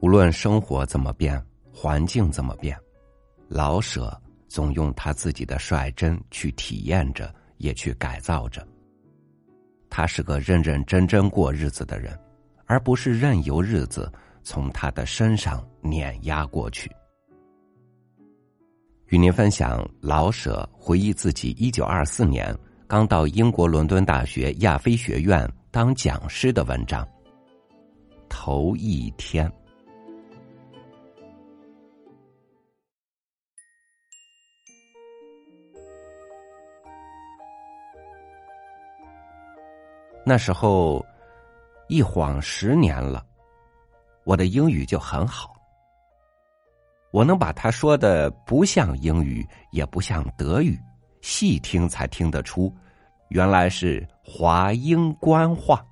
无论生活怎么变，环境怎么变，老舍总用他自己的率真去体验着，也去改造着。他是个认认真真过日子的人，而不是任由日子从他的身上碾压过去。与您分享老舍回忆自己1924年刚到英国伦敦大学亚非学院当讲师的文章《头一天》。那时候一晃10年了，我的英语就很好。我能把他说的不像英语，也不像德语，细听才听得出，原来是华英官话。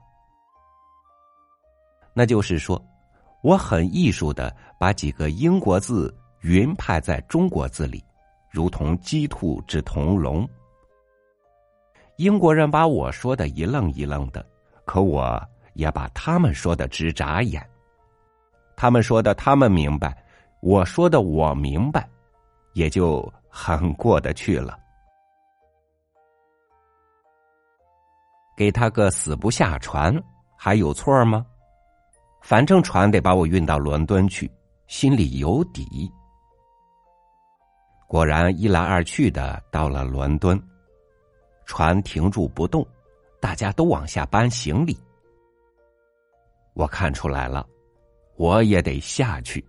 那就是说，我很艺术的把几个英国字匀派在中国字里，如同鸡兔之同笼。英国人把我说的一愣一愣的，可我也把他们说的直眨眼。他们说的他们明白，我说的我明白，也就很过得去了。给他个死不下船，还有错吗？反正船得把我运到伦敦去，心里有底。果然一来二去的到了伦敦，船停住不动，大家都往下搬行李。我看出来了，我也得下去。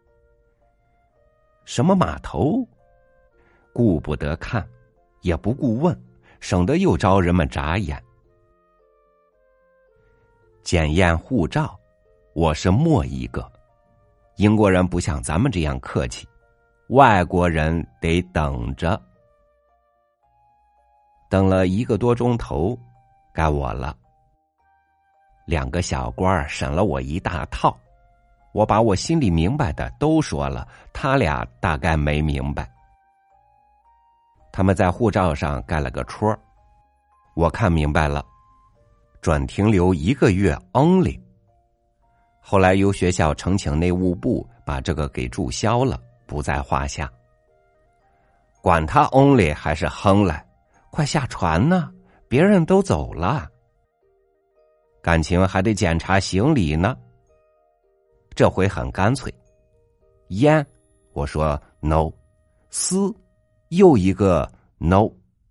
什么码头？顾不得看，也不顾问，省得又招人们眨眼。检验护照，我是末一个。英国人不像咱们这样客气，外国人得等着。等了1个多钟头，该我了。2个小官审了我一大套，我把我心里明白的都说了，他俩大概没明白。他们在护照上盖了个戳，我看明白了，准停留1个月 only。 后来由学校呈请内务部把这个给注销了，不在话下。管他 only 还是哼来，快下船呢，别人都走了。感情还得检查行李呢。这回很干脆。烟，我说 no。 丝，又一个 no。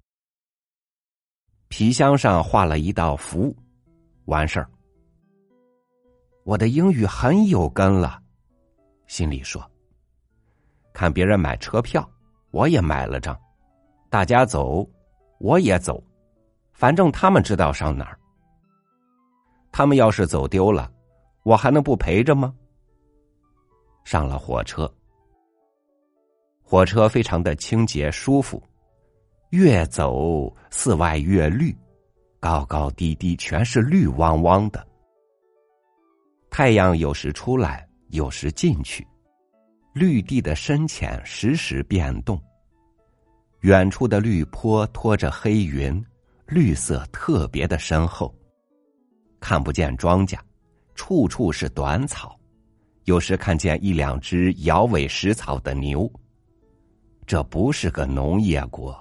皮箱上画了一道符，完事儿。我的英语很有根了，心里说。看别人买车票，我也买了张，大家走我也走，反正他们知道上哪儿。他们要是走丢了，我还能不陪着吗？上了火车，火车非常的清洁舒服，越走寺外越绿，高高低低全是绿汪汪的。太阳有时出来，有时进去，绿地的深浅时时变动。远处的绿坡拖着黑云，绿色特别的深厚，看不见庄稼，处处是短草，有时看见1、2只摇尾食草的牛。这不是个农业国。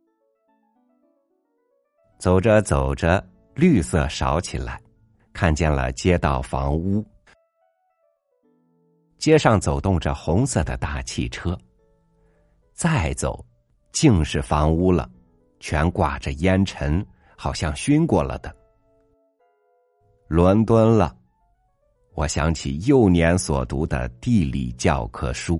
走着走着，绿色少起来，看见了街道房屋，街上走动着红色的大汽车。再走，竟是房屋了，全挂着烟尘，好像熏过了的。伦敦了，我想起幼年所读的地理教科书。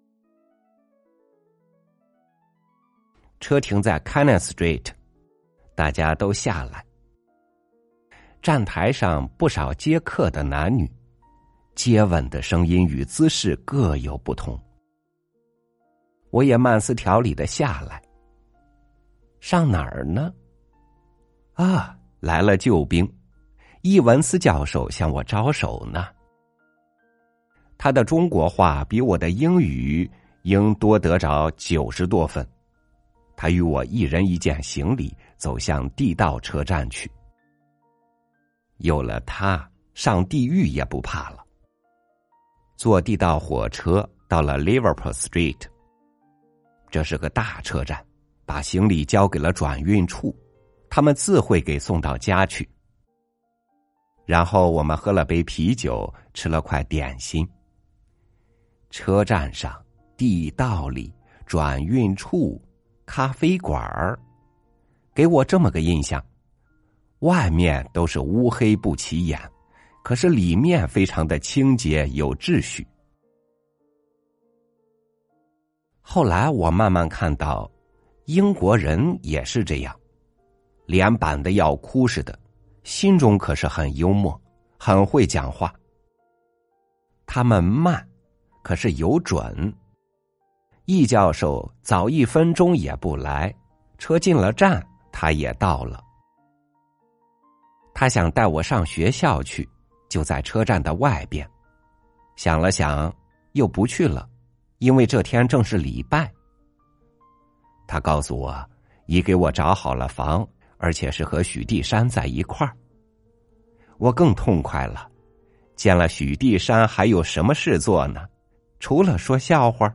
车停在 Cannon Street， 大家都下来。站台上不少接客的男女，接吻的声音与姿势各有不同。我也慢丝条理的下来。上哪儿呢？啊，来了救兵，伊文斯教授向我招手呢。他的中国话比我的英语应多得着90多分。他与我一人一件行李走向地道车站去。有了他，上地狱也不怕了。 坐地道火车到了 Liverpool Street， 这是个大车站，把行李交给了转运处，他们自会给送到家去。然后我们喝了杯啤酒，吃了块点心。车站上、地道里、转运处、咖啡馆儿，给我这么个印象：外面都是乌黑不起眼，可是里面非常的清洁有秩序。后来我慢慢看到，英国人也是这样，脸板的要哭似的，心中可是很幽默，很会讲话。他们慢，可是有准。易教授早1分钟也不来，车进了站，他也到了。他想带我上学校去，就在车站的外边。想了想，又不去了，因为这天正是礼拜。他告诉我，已给我找好了房，而且是和许地山在一块儿。我更痛快了，见了许地山还有什么事做呢？除了说笑话。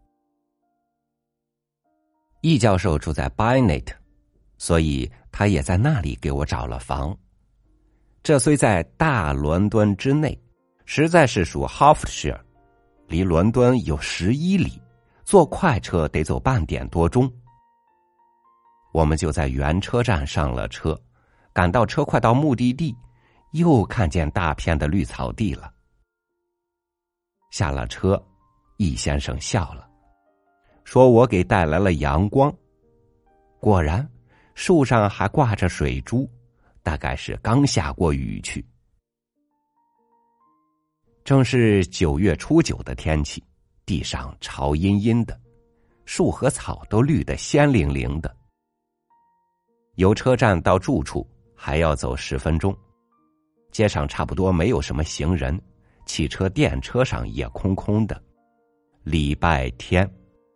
易教授住在 Barnet， 所以他也在那里给我找了房。这虽在大伦敦之内，实在是属 Hertfordshire， 离伦敦有11里，坐快车得走半点多钟。我们就在原车站上了车，赶到车快到目的地，又看见大片的绿草地了。下了车，易先生笑了，说我给带来了阳光。果然，树上还挂着水珠，大概是刚下过雨去。正是9月初9的天气，地上潮阴阴的，树和草都绿得鲜灵灵的。由车站到住处还要走10分钟，街上差不多没有什么行人，汽车电车上也空空的。礼拜天，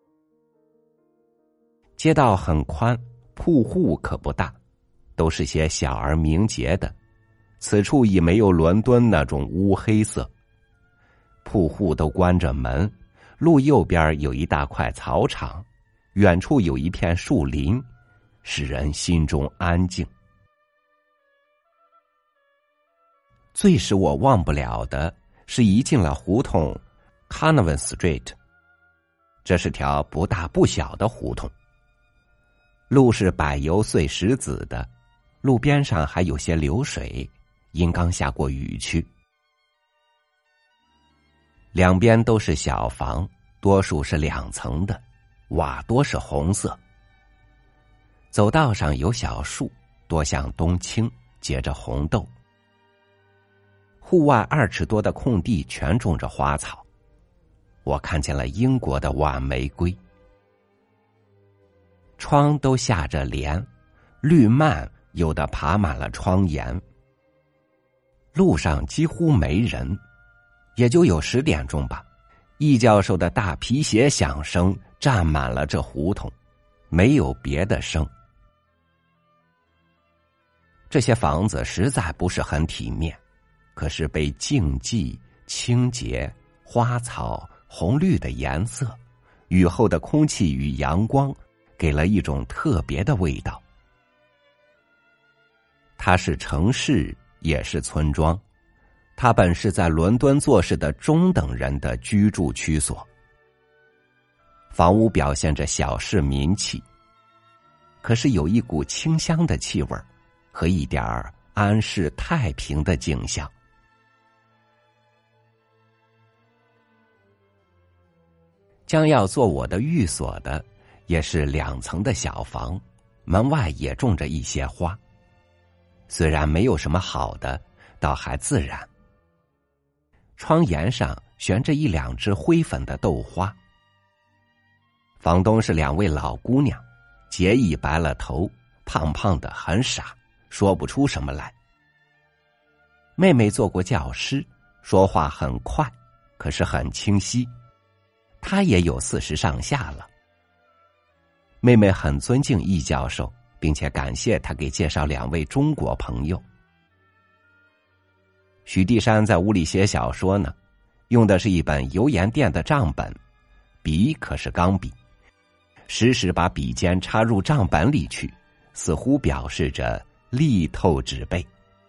街道很宽，铺户可不大，都是些小而明洁的，此处已没有伦敦那种乌黑色。铺户都关着门，路右边有一大块草场，远处有一片树林，使人心中安静。最使我忘不了的是一进了胡同 Carnarvon Street， 这是条不大不小的胡同，路是柏油碎石子的，路边上还有些流水，因刚下过雨去。两边都是小房，多数是2层的，瓦多是红色。走道上有小树，多像冬青，结着红豆。户外2尺多的空地全种着花草，我看见了英国的晚玫瑰。窗都下着帘，绿蔓有的爬满了窗沿。路上几乎没人，也就有10点钟吧。易教授的大皮鞋响声占满了这胡同，没有别的声。这些房子实在不是很体面，可是被静寂、清洁、花草、红绿的颜色、雨后的空气与阳光，给了一种特别的味道。它是城市，也是村庄，它本是在伦敦做事的中等人的居住区所。房屋表现着小市民气，可是有一股清香的气味和一点儿安适太平的景象。将要做我的寓所的也是2层的小房，门外也种着一些花，虽然没有什么好的，倒还自然。窗沿上悬着1、2只灰粉的豆花。房东是2位老姑娘，结已白了头，胖胖的很傻，说不出什么来。妹妹做过教师，说话很快，可是很清晰。她也有40上下了。妹妹很尊敬易教授，并且感谢他给介绍2位中国朋友。许地山在屋里写小说呢， 用的是一本油盐店的账本，笔可是钢笔，时时把笔尖插入账本里去，似乎表示着力透纸背。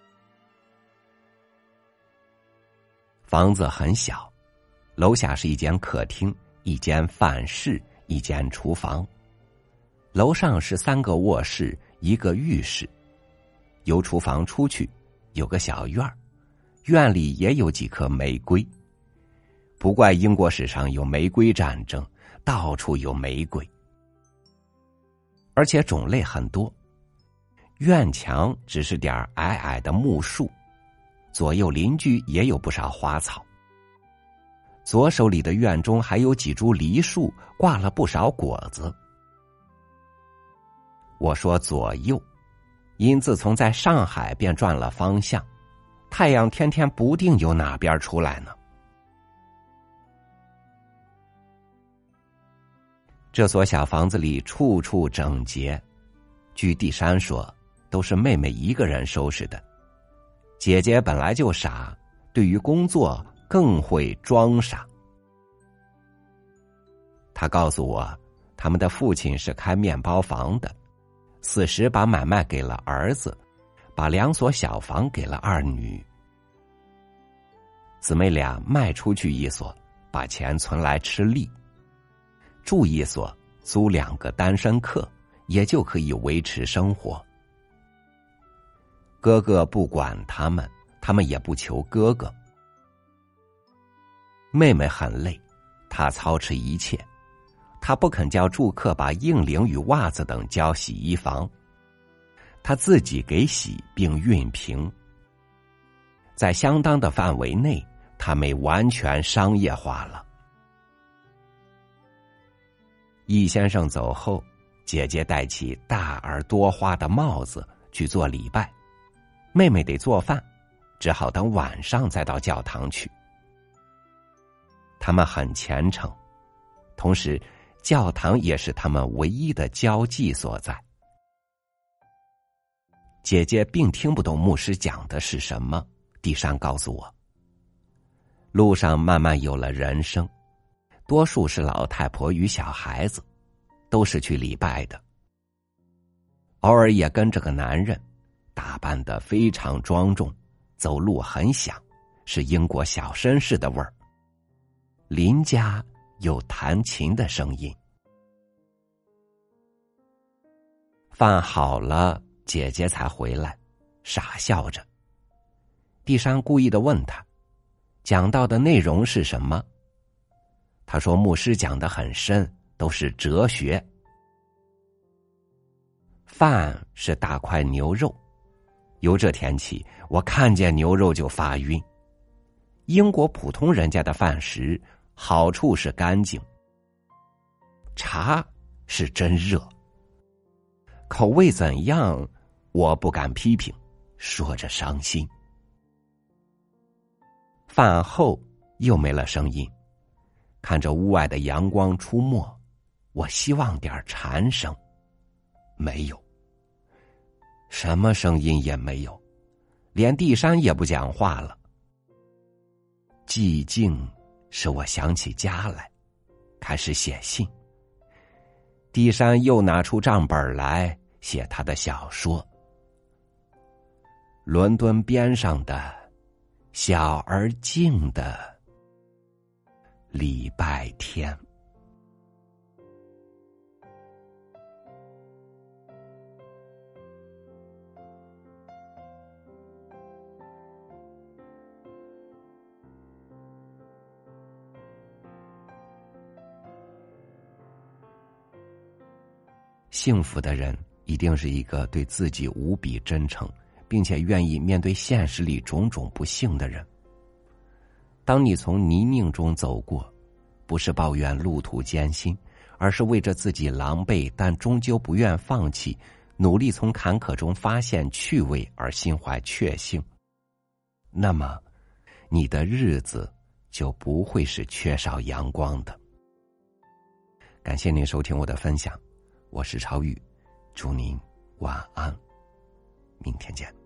房子很小，楼下是一间客厅，一间饭室，一间厨房，楼上是3个卧室，一个浴室。由厨房出去有个小院儿，院里也有几棵玫瑰。不怪英国史上有玫瑰战争，到处有玫瑰，而且种类很多。院墙只是点矮矮的木树，左右邻居也有不少花草。左手里的院中还有几株梨树，挂了不少果子。我说左右，因自从在上海便转了方向，太阳天天不定由哪边出来呢。这所小房子里处处整洁，据地山说，都是妹妹一个人收拾的。姐姐本来就傻，对于工作更会装傻。她告诉我，他们的父亲是开面包房的，死时把买卖给了儿子，把2所小房给了2女。姊妹俩卖出去1所，把钱存来吃力，住1所，租2个单身客，也就可以维持生活。哥哥不管他们，他们也不求哥哥。妹妹很累，她操持一切，她不肯叫住客把硬领与袜子等交洗衣房，她自己给洗并熨平。在相当的范围内，她没完全商业化了。易先生走后，姐姐戴起大而多花的帽子去做礼拜，妹妹得做饭，只好等晚上再到教堂去。他们很虔诚，同时教堂也是他们唯一的交际所在。姐姐并听不懂牧师讲的是什么，地山告诉我，路上慢慢有了人声，多数是老太婆与小孩子，都是去礼拜的。偶尔也跟着个男人，打扮得非常庄重，走路很响，是英国小绅士的味儿。邻家有弹琴的声音。饭好了，姐姐才回来，傻笑着。地山故意的问他，讲到的内容是什么？他说牧师讲得很深，都是哲学。饭是大块牛肉，由这天起，我看见牛肉就发晕。英国普通人家的饭食好处是干净，茶是真热，口味怎样我不敢批评，说着伤心。饭后又没了声音，看着屋外的阳光出没，我希望点蝉声，没有，什么声音也没有，连地山也不讲话了。寂静使我想起家来，开始写信。地山又拿出账本来写他的小说。伦敦边上的小而静的礼拜天。幸福的人一定是一个对自己无比真诚，并且愿意面对现实里种种不幸的人。当你从泥泞中走过，不是抱怨路途艰辛，而是为着自己狼狈但终究不愿放弃，努力从坎坷中发现趣味而心怀确幸，那么你的日子就不会是缺少阳光的。感谢您收听我的分享，我是超宇，祝您晚安，明天见。